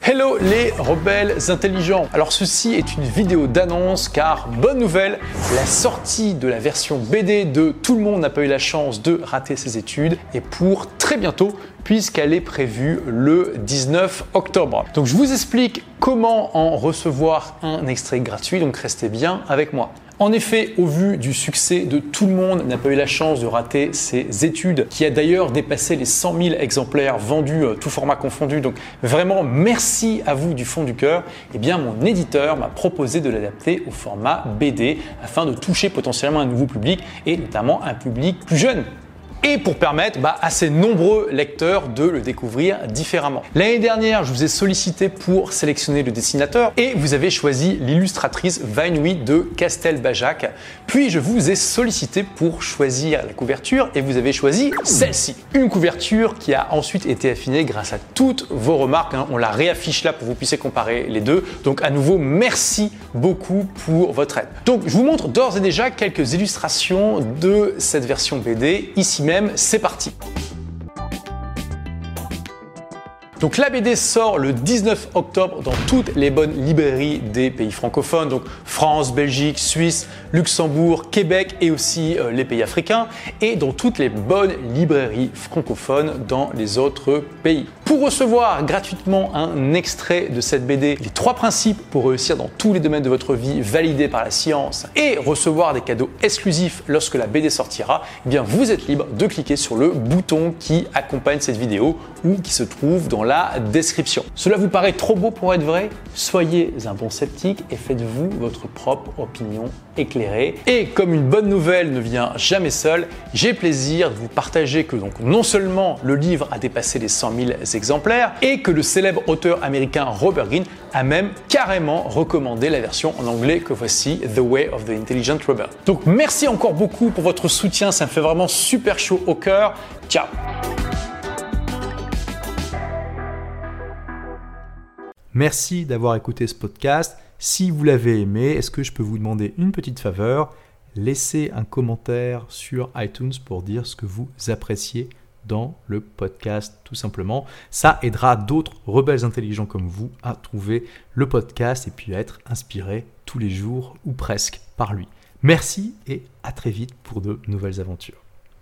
Hello les rebelles intelligents. Alors ceci est une vidéo d'annonce car bonne nouvelle, la sortie de la version BD de Tout le monde n'a pas eu la chance de rater ses études est pour très bientôt puisqu'elle est prévue le 19 octobre. Donc je vous explique comment en recevoir un extrait gratuit, donc restez bien avec moi. En effet, au vu du succès de Tout le monde n'a pas eu la chance de rater ses études, qui a d'ailleurs dépassé les 100 000 exemplaires vendus, tout format confondu, donc vraiment merci à vous du fond du cœur, eh bien mon éditeur m'a proposé de l'adapter au format BD afin de toucher potentiellement un nouveau public et notamment un public plus jeune. Et pour permettre à ces nombreux lecteurs de le découvrir différemment. L'année dernière, je vous ai sollicité pour sélectionner le dessinateur et vous avez choisi l'illustratrice Vainouï de Castelbajac. Puis je vous ai sollicité pour choisir la couverture et vous avez choisi celle-ci. Une couverture qui a ensuite été affinée grâce à toutes vos remarques. On la réaffiche là pour que vous puissiez comparer les deux. Donc à nouveau, merci beaucoup pour votre aide. Donc je vous montre d'ores et déjà quelques illustrations de cette version BD. Ici même, c'est parti. Donc la BD sort le 19 octobre dans toutes les bonnes librairies des pays francophones, donc France, Belgique, Suisse, Luxembourg, Québec et aussi les pays africains, et dans toutes les bonnes librairies francophones dans les autres pays. Pour recevoir gratuitement un extrait de cette BD, les 3 principes pour réussir dans tous les domaines de votre vie validés par la science et recevoir des cadeaux exclusifs lorsque la BD sortira, eh bien vous êtes libre de cliquer sur le bouton qui accompagne cette vidéo ou qui se trouve dans la description. Cela vous paraît trop beau pour être vrai? Soyez un bon sceptique et faites-vous votre propre opinion éclairée. Et comme une bonne nouvelle ne vient jamais seule, j'ai plaisir de vous partager que donc non seulement le livre a dépassé les 100 000 exemplaires et que le célèbre auteur américain Robert Greene a même carrément recommandé la version en anglais que voici, The Way of the Intelligent Rebel. Donc merci encore beaucoup pour votre soutien, ça me fait vraiment super chaud au cœur. Ciao! Merci d'avoir écouté ce podcast. Si vous l'avez aimé, est-ce que je peux vous demander une petite faveur? Laissez un commentaire sur iTunes pour dire ce que vous appréciez dans le podcast, tout simplement. Ça aidera d'autres rebelles intelligents comme vous à trouver le podcast et puis à être inspirés tous les jours ou presque par lui. Merci et à très vite pour de nouvelles aventures.